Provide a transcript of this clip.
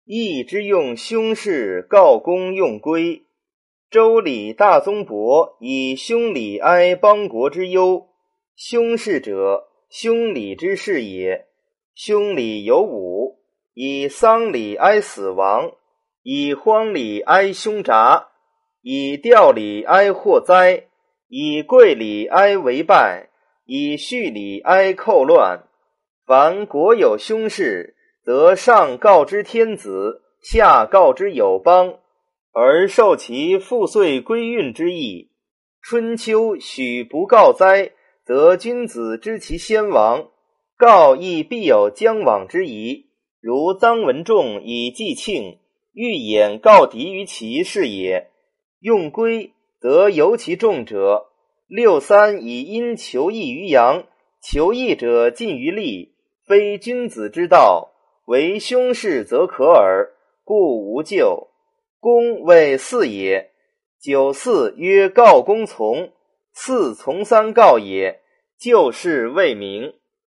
义之用兄事，告公用归。周礼大宗伯以兄礼哀邦国之忧。兄事者，兄礼之事也。兄礼有五：以丧礼哀死亡，以荒礼哀凶杂，以吊礼哀祸灾，以贵礼哀为败，以序礼哀寇乱。凡国有凶事，则上告之天子，下告之友邦，而受其复岁归运之意。春秋许不告灾，则君子知其先亡，告亦必有将往之疑。如臧文仲以季庆，欲掩告敌于其事也。用归，则由其重者。六三以因求义于阳，求义者近于利，非君子之道，为凶事则可耳，故无咎。公谓四也。九四曰告公从，四从三告也，旧事未明。